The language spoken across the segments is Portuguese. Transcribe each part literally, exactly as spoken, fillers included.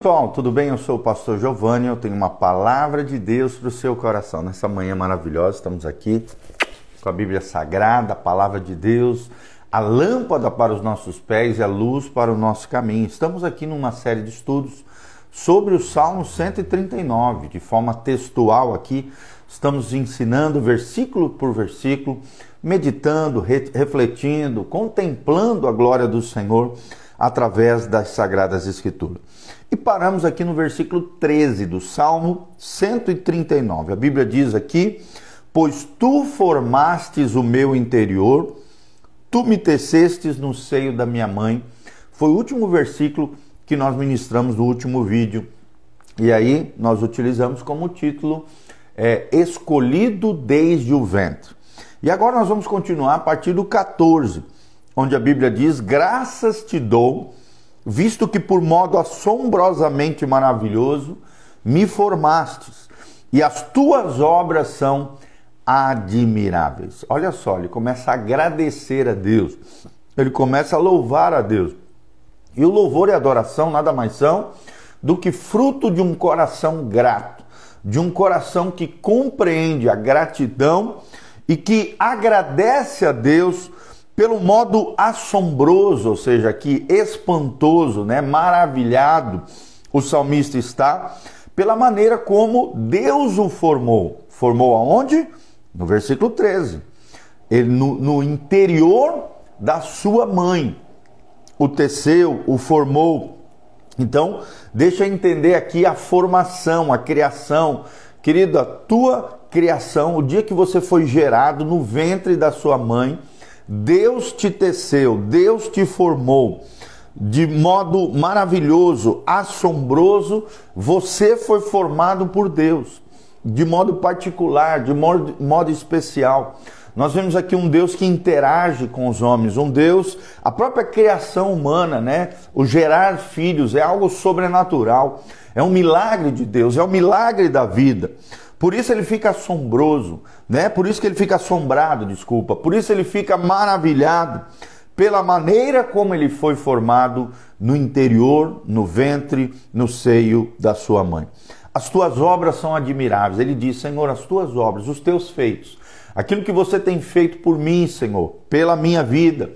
Pessoal, tudo bem? Eu sou o pastor Giovanni, eu tenho uma palavra de Deus para o seu coração. Nessa manhã maravilhosa, estamos aqui com a Bíblia Sagrada, a palavra de Deus, a lâmpada para os nossos pés e a luz para o nosso caminho. Estamos aqui numa série de estudos sobre o Salmo cento e trinta e nove, de forma textual aqui. Estamos ensinando versículo por versículo, meditando, re- refletindo, contemplando a glória do Senhor através das Sagradas Escrituras. E paramos aqui no versículo treze do Salmo cento e trinta e nove. A Bíblia diz aqui: pois tu formastes o meu interior, tu me tecestes no seio da minha mãe. Foi o último versículo que nós ministramos no último vídeo. E aí nós utilizamos como título é, escolhido desde o ventre. E agora nós vamos continuar a partir do quatorze, onde a Bíblia diz: graças te dou, visto que por modo assombrosamente maravilhoso me formastes, e as tuas obras são admiráveis. Olha só, ele começa a agradecer a Deus, ele começa a louvar a Deus. E o louvor e a adoração nada mais são do que fruto de um coração grato, de um coração que compreende a gratidão e que agradece a Deus pelo modo assombroso, ou seja, aqui espantoso, né, maravilhado, o salmista está pela maneira como Deus o formou. Formou aonde? No versículo treze. Ele no, no interior da sua mãe. O teceu, o formou. Então, deixa eu entender aqui a formação, a criação. Querido, a tua criação, o dia que você foi gerado no ventre da sua mãe, Deus te teceu, Deus te formou de modo maravilhoso, assombroso. Você foi formado por Deus, de modo particular, de modo, modo especial. Nós vemos aqui um Deus que interage com os homens, um Deus, a própria criação humana, né? O gerar filhos é algo sobrenatural, é um milagre de Deus, é um milagre da vida. Por isso ele fica assombroso, né? Por isso que ele fica assombrado, desculpa. Por isso ele fica maravilhado pela maneira como ele foi formado no interior, no ventre, no seio da sua mãe. As tuas obras são admiráveis. Ele diz: Senhor, as tuas obras, os teus feitos, aquilo que você tem feito por mim, Senhor, pela minha vida,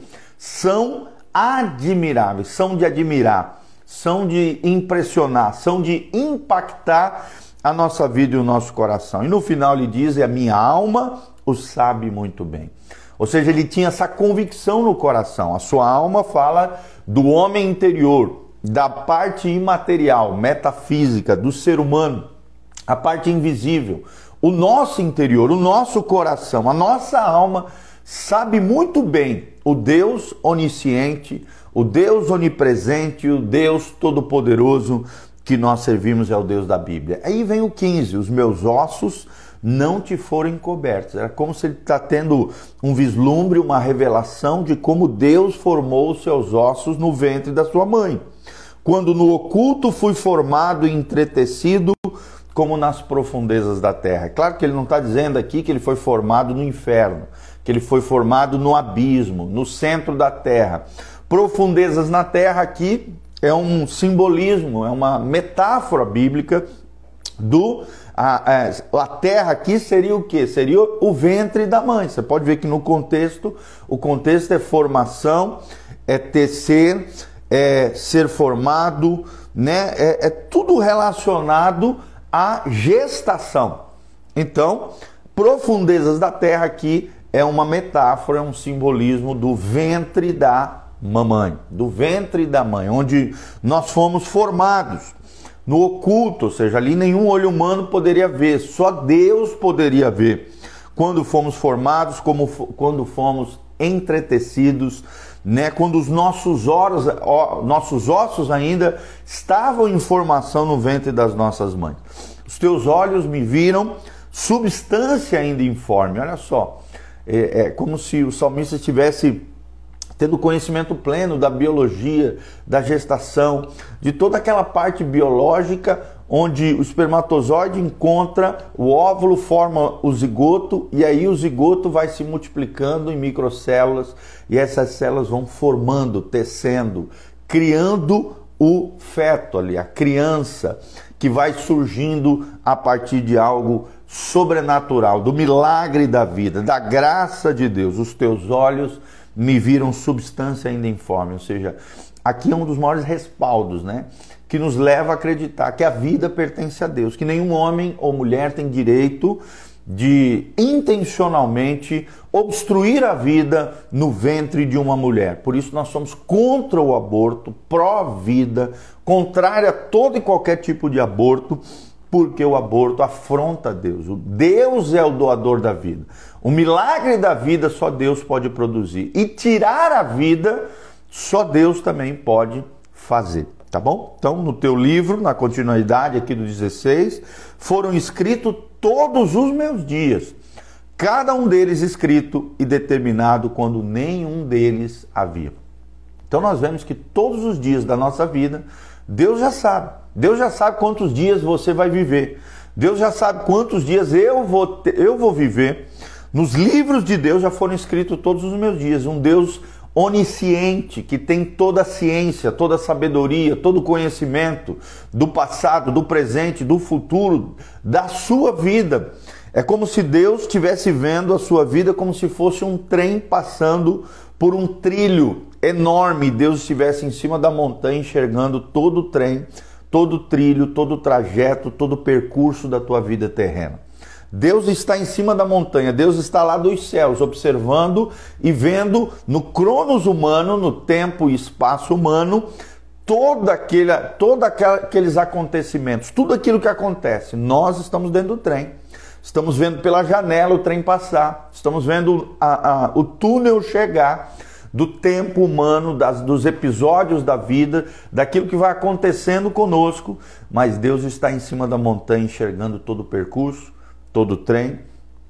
são admiráveis, são de admirar, são de impressionar, são de impactar a nossa vida e o nosso coração. E no final ele diz: e a minha alma o sabe muito bem. Ou seja, ele tinha essa convicção no coração. A sua alma fala do homem interior, da parte imaterial, metafísica do ser humano, a parte invisível. O nosso interior, o nosso coração, a nossa alma sabe muito bem o Deus onisciente, o Deus onipresente, o Deus todo-poderoso que nós servimos é o Deus da Bíblia. Aí vem o quinze, os meus ossos não te foram encobertos. Era como se ele está tendo um vislumbre, uma revelação de como Deus formou os seus ossos no ventre da sua mãe. Quando no oculto fui formado e entretecido como nas profundezas da terra. É claro que ele não está dizendo aqui que ele foi formado no inferno, que ele foi formado no abismo, no centro da terra. Profundezas na terra aqui é um simbolismo, é uma metáfora bíblica do... A, a, a terra aqui seria o quê? Seria o ventre da mãe. Você pode ver que no contexto, o contexto é formação, é tecer, é ser formado, né? É, é tudo relacionado à gestação. Então, profundezas da terra aqui é uma metáfora, é um simbolismo do ventre da mamãe, do ventre da mãe, onde nós fomos formados no oculto, ou seja, ali nenhum olho humano poderia ver, só Deus poderia ver. Quando fomos formados, como quando fomos entretecidos, né? Quando os nossos, oros, ó, nossos ossos ainda estavam em formação no ventre das nossas mães. Os teus olhos me viram substância ainda informe. Olha só, é, é como se o salmista estivesse tendo conhecimento pleno da biologia, da gestação, de toda aquela parte biológica onde o espermatozoide encontra o óvulo, forma o zigoto, e aí o zigoto vai se multiplicando em microcélulas, e essas células vão formando, tecendo, criando o feto ali, a criança que vai surgindo a partir de algo sobrenatural, do milagre da vida, da graça de Deus. Os teus olhos me viram substância ainda informe, ou seja, aqui é um dos maiores respaldos, né? Que nos leva a acreditar que a vida pertence a Deus, que nenhum homem ou mulher tem direito de intencionalmente obstruir a vida no ventre de uma mulher. Por isso nós somos contra o aborto, pró-vida, contrária a todo e qualquer tipo de aborto, porque o aborto afronta Deus. O Deus é o doador da vida. O milagre da vida só Deus pode produzir. E tirar a vida, só Deus também pode fazer. Tá bom? Então, no teu livro, na continuidade aqui do dezesseis, foram escritos todos os meus dias, cada um deles escrito e determinado quando nenhum deles havia. Então nós vemos que todos os dias da nossa vida, Deus já sabe. Deus já sabe quantos dias você vai viver. Deus já sabe quantos dias eu vou, ter, eu vou viver. Nos livros de Deus já foram escritos todos os meus dias. Um Deus onisciente, que tem toda a ciência, toda a sabedoria, todo o conhecimento do passado, do presente, do futuro, da sua vida. É como se Deus estivesse vendo a sua vida como se fosse um trem passando por um trilho enorme. Deus estivesse em cima da montanha enxergando todo o trem, todo o trilho, todo o trajeto, todo o percurso da tua vida terrena. Deus está em cima da montanha, Deus está lá dos céus, observando e vendo no cronos humano, no tempo e espaço humano, todo aquele, todo aqueles acontecimentos, tudo aquilo que acontece. Nós estamos dentro do trem, estamos vendo pela janela o trem passar, estamos vendo a, a, o túnel chegar do tempo humano, das, dos episódios da vida, daquilo que vai acontecendo conosco, mas Deus está em cima da montanha enxergando todo o percurso, todo o trem,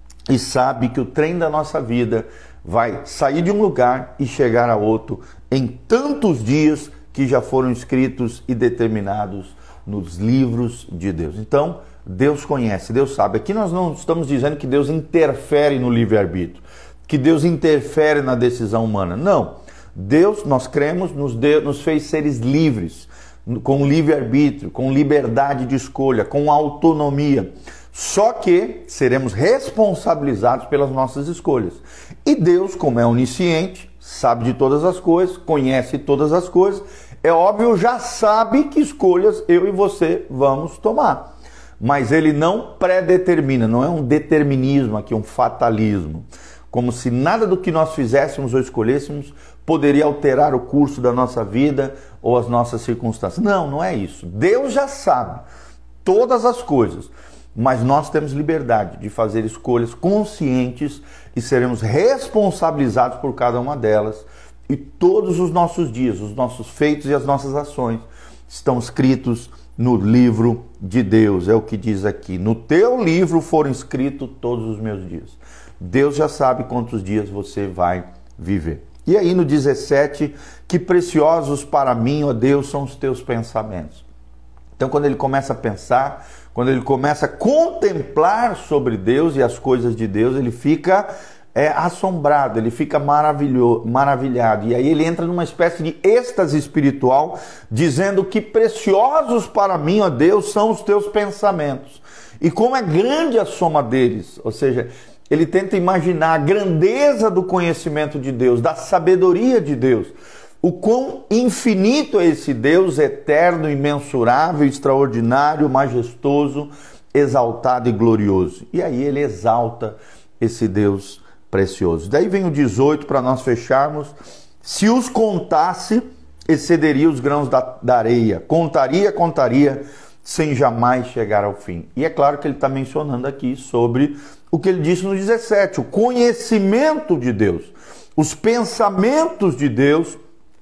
e sabe que o trem da nossa vida vai sair de um lugar e chegar a outro em tantos dias que já foram escritos e determinados nos livros de Deus. Então, Deus conhece, Deus sabe. Aqui nós não estamos dizendo que Deus interfere no livre-arbítrio, que Deus interfere na decisão humana. Não. Deus, nós cremos, nos, deu, nos fez seres livres, com livre-arbítrio, com liberdade de escolha, com autonomia. Só que seremos responsabilizados pelas nossas escolhas. E Deus, como é onisciente, sabe de todas as coisas, conhece todas as coisas, é óbvio, já sabe que escolhas eu e você vamos tomar. Mas Ele não predetermina, não é um determinismo aqui, um fatalismo. Como se nada do que nós fizéssemos ou escolhêssemos poderia alterar o curso da nossa vida ou as nossas circunstâncias. Não, não é isso. Deus já sabe todas as coisas. Mas nós temos liberdade de fazer escolhas conscientes e seremos responsabilizados por cada uma delas. E todos os nossos dias, os nossos feitos e as nossas ações estão escritos no livro de Deus. É o que diz aqui. No teu livro foram escritos todos os meus dias. Deus já sabe quantos dias você vai viver. E aí no dezessete, que preciosos para mim, ó Deus, são os teus pensamentos. Então quando ele começa a pensar, quando ele começa a contemplar sobre Deus e as coisas de Deus, ele fica é, assombrado, ele fica maravilho, maravilhado. E aí ele entra numa espécie de êxtase espiritual, dizendo que preciosos para mim, ó Deus, são os teus pensamentos. E como é grande a soma deles, ou seja, ele tenta imaginar a grandeza do conhecimento de Deus, da sabedoria de Deus. O quão infinito é esse Deus, eterno, imensurável, extraordinário, majestoso, exaltado e glorioso. E aí ele exalta esse Deus precioso. Daí vem o dezoito para nós fecharmos. Se os contasse, excederia os grãos da, da areia. Contaria, contaria, sem jamais chegar ao fim. E é claro que ele está mencionando aqui sobre o que ele disse no dezessete, o conhecimento de Deus. Os pensamentos de Deus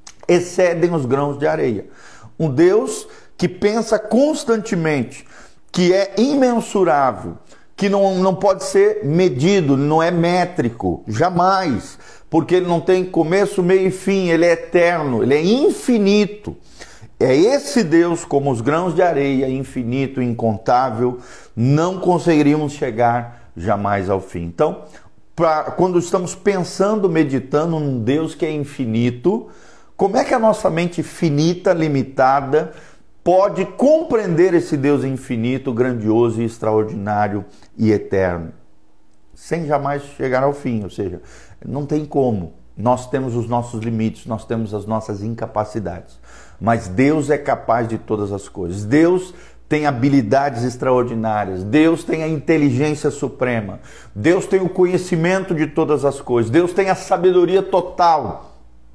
excedem os grãos de areia. Um Deus que pensa constantemente, que é imensurável, que não, não pode ser medido, não é métrico, jamais, porque ele não tem começo, meio e fim, ele é eterno, ele é infinito. É esse Deus, como os grãos de areia, infinito, incontável, não conseguiríamos chegar jamais ao fim. Então, pra, quando estamos pensando, meditando num Deus que é infinito, Como é que a nossa mente finita, limitada, pode compreender esse Deus infinito, grandioso e extraordinário e eterno, sem jamais chegar ao fim? Ou seja, não tem como. Nós temos os nossos limites, nós temos as nossas incapacidades, mas Deus é capaz de todas as coisas. Deus tem habilidades extraordinárias, Deus tem a inteligência suprema, Deus tem o conhecimento de todas as coisas, Deus tem a sabedoria total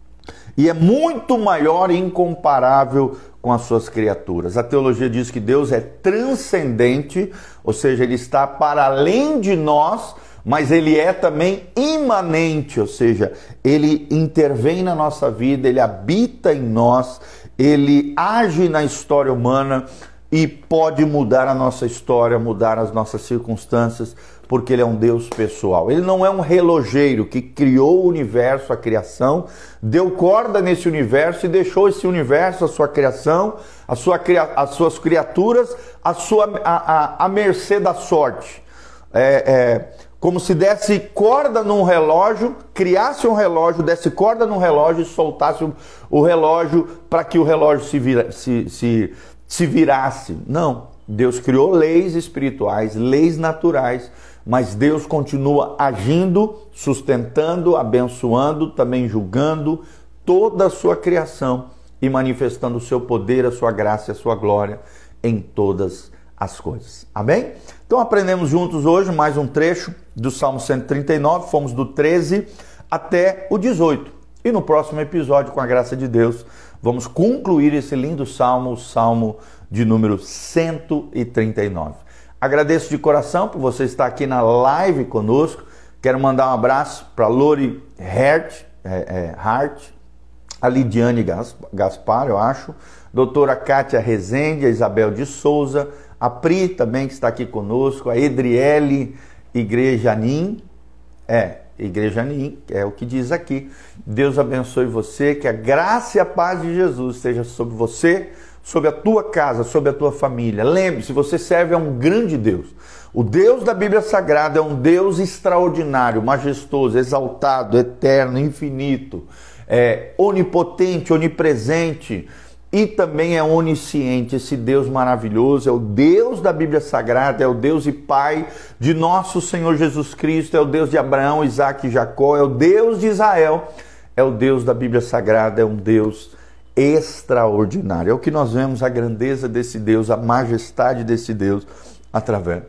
e é muito maior e incomparável com as suas criaturas. A teologia diz que Deus é transcendente, ou seja, Ele está para além de nós, mas Ele é também imanente, ou seja, Ele intervém na nossa vida, Ele habita em nós, Ele age na história humana e pode mudar a nossa história, mudar as nossas circunstâncias, porque Ele é um Deus pessoal. Ele não é um relojeiro que criou o universo, a criação, deu corda nesse universo e deixou esse universo, a sua criação, a sua, as suas criaturas, a, sua, a, a, a mercê da sorte. É, é, como se desse corda num relógio, criasse um relógio, desse corda num relógio e soltasse o, o relógio para que o relógio se, vira, se, se, se virasse. Não, Deus criou leis espirituais, leis naturais, mas Deus continua agindo, sustentando, abençoando, também julgando toda a sua criação e manifestando o seu poder, a sua graça e a sua glória em todas as coisas. Amém? Então aprendemos juntos hoje mais um trecho do Salmo cento e trinta e nove, fomos do treze até o dezoito. E no próximo episódio, com a graça de Deus, vamos concluir esse lindo salmo, o Salmo de número cento e trinta e nove. Agradeço de coração por você estar aqui na live conosco. Quero mandar um abraço para Lori Hart, é, é, Hart, a Lidiane Gaspar, eu acho, doutora Kátia Rezende, a Isabel de Souza, a Pri também que está aqui conosco, a Edriele Igrejanin, é, Igrejanin, é o que diz aqui. Deus abençoe você, que a graça e a paz de Jesus esteja sobre você, sobre a tua casa, sobre a tua família. Lembre-se, você serve a um grande Deus. O Deus da Bíblia Sagrada é um Deus extraordinário, majestoso, exaltado, eterno, infinito, é, onipotente, onipresente e também é onisciente. Esse Deus maravilhoso é o Deus da Bíblia Sagrada, é o Deus e Pai de nosso Senhor Jesus Cristo, é o Deus de Abraão, Isaque e Jacó, é o Deus de Israel, é o Deus da Bíblia Sagrada, é um Deus extraordinário. É o que nós vemos, a grandeza desse Deus, a majestade desse Deus através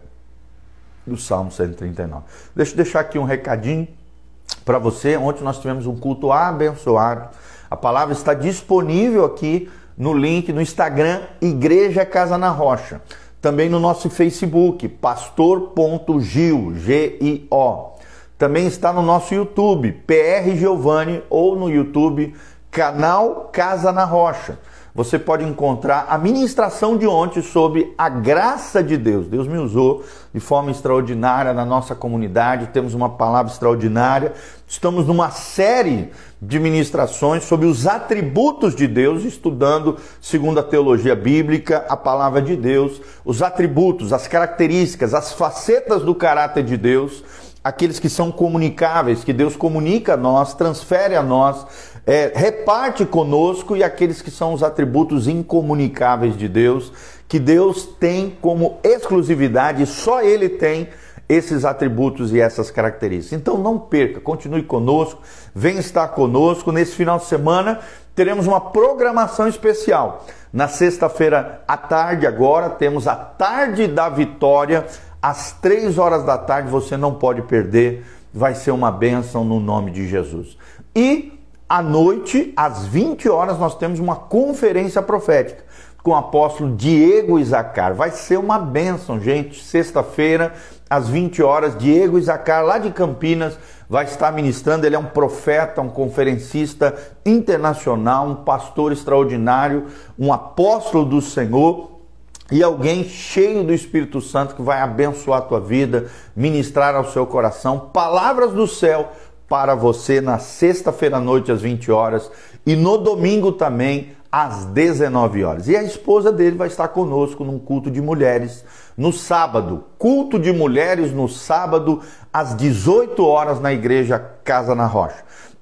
do Salmo cento e trinta e nove. Deixa eu deixar aqui um recadinho para você. Ontem nós tivemos um culto abençoado. A palavra está disponível aqui no link no Instagram, Igreja Casa na Rocha. Também no nosso Facebook, pastor ponto gil, G I O. Também está no nosso YouTube, P R Giovanni, ou no YouTube, canal Casa na Rocha. Você pode encontrar a ministração de ontem sobre a graça de Deus. Deus me usou de forma extraordinária na nossa comunidade, temos uma palavra extraordinária. Estamos numa série de ministrações sobre os atributos de Deus, estudando, segundo a teologia bíblica, a palavra de Deus, os atributos, as características, as facetas do caráter de Deus, aqueles que são comunicáveis, que Deus comunica a nós, transfere a nós, é, reparte conosco, e aqueles que são os atributos incomunicáveis de Deus, que Deus tem como exclusividade, só Ele tem esses atributos e essas características. Então não perca, continue conosco, venha estar conosco. Nesse final de semana teremos uma programação especial. Na sexta-feira à tarde agora temos a Tarde da Vitória, às três horas da tarde, você não pode perder, vai ser uma bênção no nome de Jesus. E à noite, às vinte horas, nós temos uma conferência profética com o apóstolo Diego Isacar. Vai ser uma bênção, gente. Sexta-feira, às vinte horas, Diego Isacar, lá de Campinas, vai estar ministrando. Ele é um profeta, um conferencista internacional, um pastor extraordinário, um apóstolo do Senhor e alguém cheio do Espírito Santo que vai abençoar a tua vida, ministrar ao seu coração palavras do céu para você na sexta-feira à noite às vinte horas e no domingo também às dezenove horas. E a esposa dele vai estar conosco num culto de mulheres no sábado. Culto de mulheres no sábado às dezoito horas na Igreja Casa na Rocha.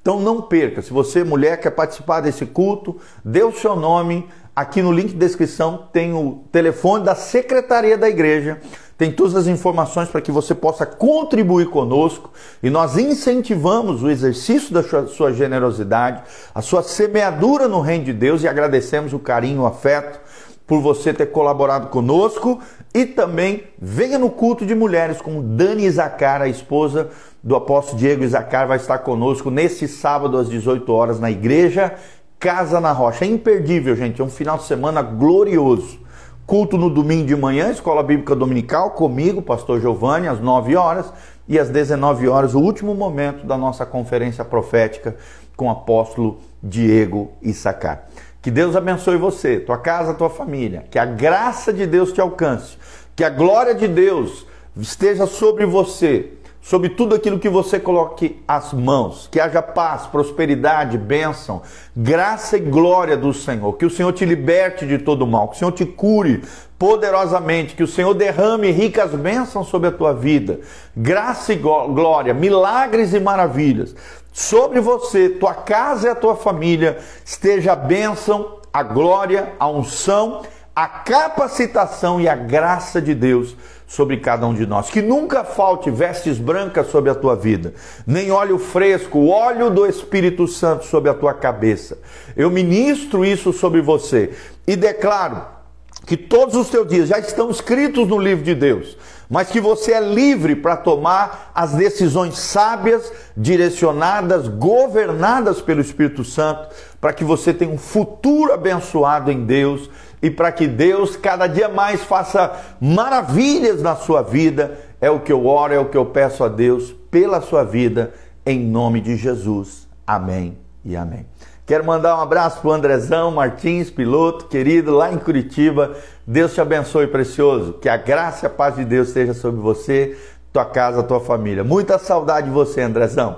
Então não perca. Se você, mulher, quer participar desse culto, dê o seu nome. Aqui no link de descrição tem o telefone da secretaria da igreja. Tem todas as informações para que você possa contribuir conosco. E nós incentivamos o exercício da sua, sua generosidade, a sua semeadura no reino de Deus, e agradecemos o carinho, o afeto por você ter colaborado conosco. E também venha no culto de mulheres com Dani Isacar, a esposa do apóstolo Diego Isacar, vai estar conosco nesse sábado às dezoito horas na igreja Casa na Rocha. É imperdível, gente, é um final de semana glorioso. Culto no domingo de manhã, Escola Bíblica Dominical, comigo, pastor Giovanni, às nove horas, e às dezenove horas, o último momento da nossa conferência profética com o apóstolo Diego Isacar. Que Deus abençoe você, tua casa, tua família, que a graça de Deus te alcance, que a glória de Deus esteja sobre você, sobre tudo aquilo que você coloque as mãos, que haja paz, prosperidade, bênção, graça e glória do Senhor, que o Senhor te liberte de todo mal, que o Senhor te cure poderosamente, que o Senhor derrame ricas bênçãos sobre a tua vida, graça e glória, milagres e maravilhas sobre você, tua casa e a tua família, esteja a bênção, a glória, a unção, a capacitação e a graça de Deus sobre cada um de nós. Que nunca falte vestes brancas sobre a tua vida, nem óleo fresco, o óleo do Espírito Santo sobre a tua cabeça. Eu ministro isso sobre você e declaro que todos os teus dias já estão escritos no livro de Deus, mas que você é livre para tomar as decisões sábias, direcionadas, governadas pelo Espírito Santo, para que você tenha um futuro abençoado em Deus e para que Deus cada dia mais faça maravilhas na sua vida. É o que eu oro, é o que eu peço a Deus pela sua vida, em nome de Jesus. Amém e amém. Quero mandar um abraço para o Andrezão Martins, piloto querido lá em Curitiba. Deus te abençoe, precioso. Que a graça e a paz de Deus esteja sobre você, tua casa, tua família. Muita saudade de você, Andrezão.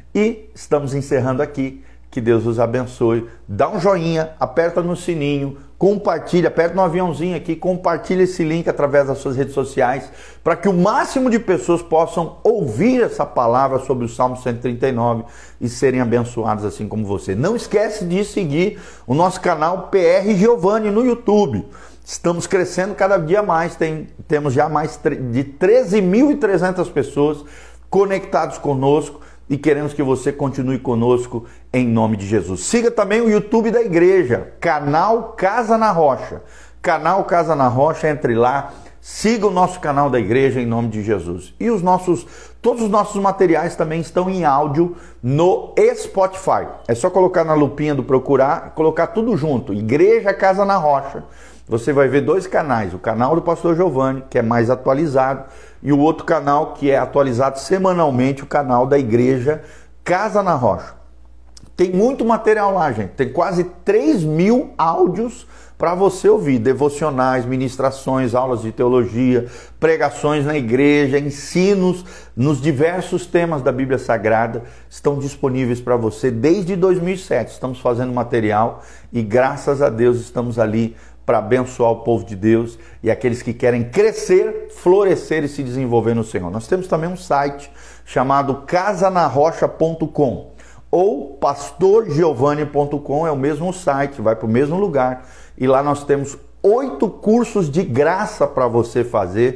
E estamos encerrando aqui. Que Deus os abençoe. Dá um joinha, aperta no sininho, compartilha, aperta no aviãozinho aqui, compartilha esse link através das suas redes sociais, para que o máximo de pessoas possam ouvir essa palavra sobre o Salmo cento e trinta e nove e serem abençoados assim como você. Não esquece de seguir o nosso canal P R Giovanni no YouTube. Estamos crescendo cada dia mais, tem, temos já mais de treze mil e trezentas pessoas conectadas conosco e queremos que você continue conosco em nome de Jesus. Siga também o YouTube da igreja, canal Casa na Rocha. Canal Casa na Rocha, entre lá, siga o nosso canal da igreja em nome de Jesus. E os nossos, todos os nossos materiais também estão em áudio no Spotify. É só colocar na lupinha do procurar, colocar tudo junto, Igreja Casa na Rocha. Você vai ver dois canais, o canal do pastor Giovanni, que é mais atualizado, e o outro canal que é atualizado semanalmente, o canal da igreja Casa na Rocha. Tem muito material lá, gente. Tem quase três mil áudios para você ouvir. Devocionais, ministrações, aulas de teologia, pregações na igreja, ensinos nos diversos temas da Bíblia Sagrada. Estão disponíveis para você desde dois mil e sete. Estamos fazendo material e graças a Deus estamos ali para abençoar o povo de Deus e aqueles que querem crescer, florescer e se desenvolver no Senhor. Nós temos também um site chamado casa na rocha ponto com ou pastor giovanni ponto com, é o mesmo site, vai para o mesmo lugar. E lá nós temos oito cursos de graça para você fazer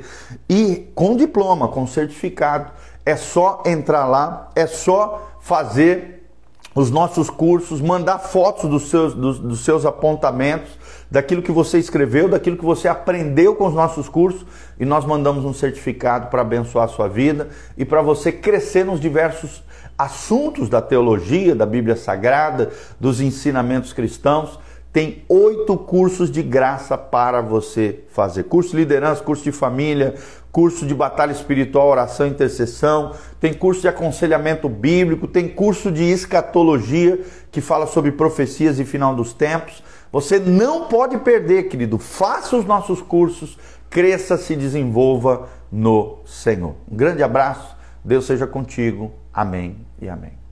e com diploma, com certificado. É só entrar lá, é só fazer os nossos cursos, mandar fotos dos seus, dos, dos seus apontamentos, daquilo que você escreveu, daquilo que você aprendeu com os nossos cursos, e nós mandamos um certificado para abençoar a sua vida e para você crescer nos diversos assuntos da teologia, da Bíblia Sagrada, dos ensinamentos cristãos. Tem oito cursos de graça para você fazer. Curso de liderança, curso de família, curso de batalha espiritual, oração e intercessão, tem curso de aconselhamento bíblico, tem curso de escatologia, que fala sobre profecias e final dos tempos. Você não pode perder, querido. Faça os nossos cursos, cresça, se desenvolva no Senhor. Um grande abraço, Deus seja contigo. Amém e amém.